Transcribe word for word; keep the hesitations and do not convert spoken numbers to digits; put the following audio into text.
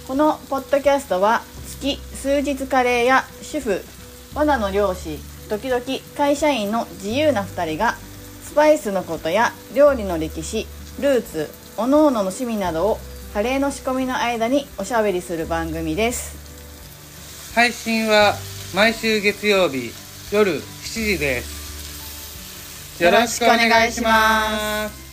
このポッドキャストは月数日カレーや主婦、罠の漁師、時々会社員の自由なふたりがスパイスのことや料理の歴史、ルーツ、おのおのの趣味などをカレーの仕込みの間におしゃべりする番組です。 配信は毎週月曜日夜しちじです。よろしくお願いします。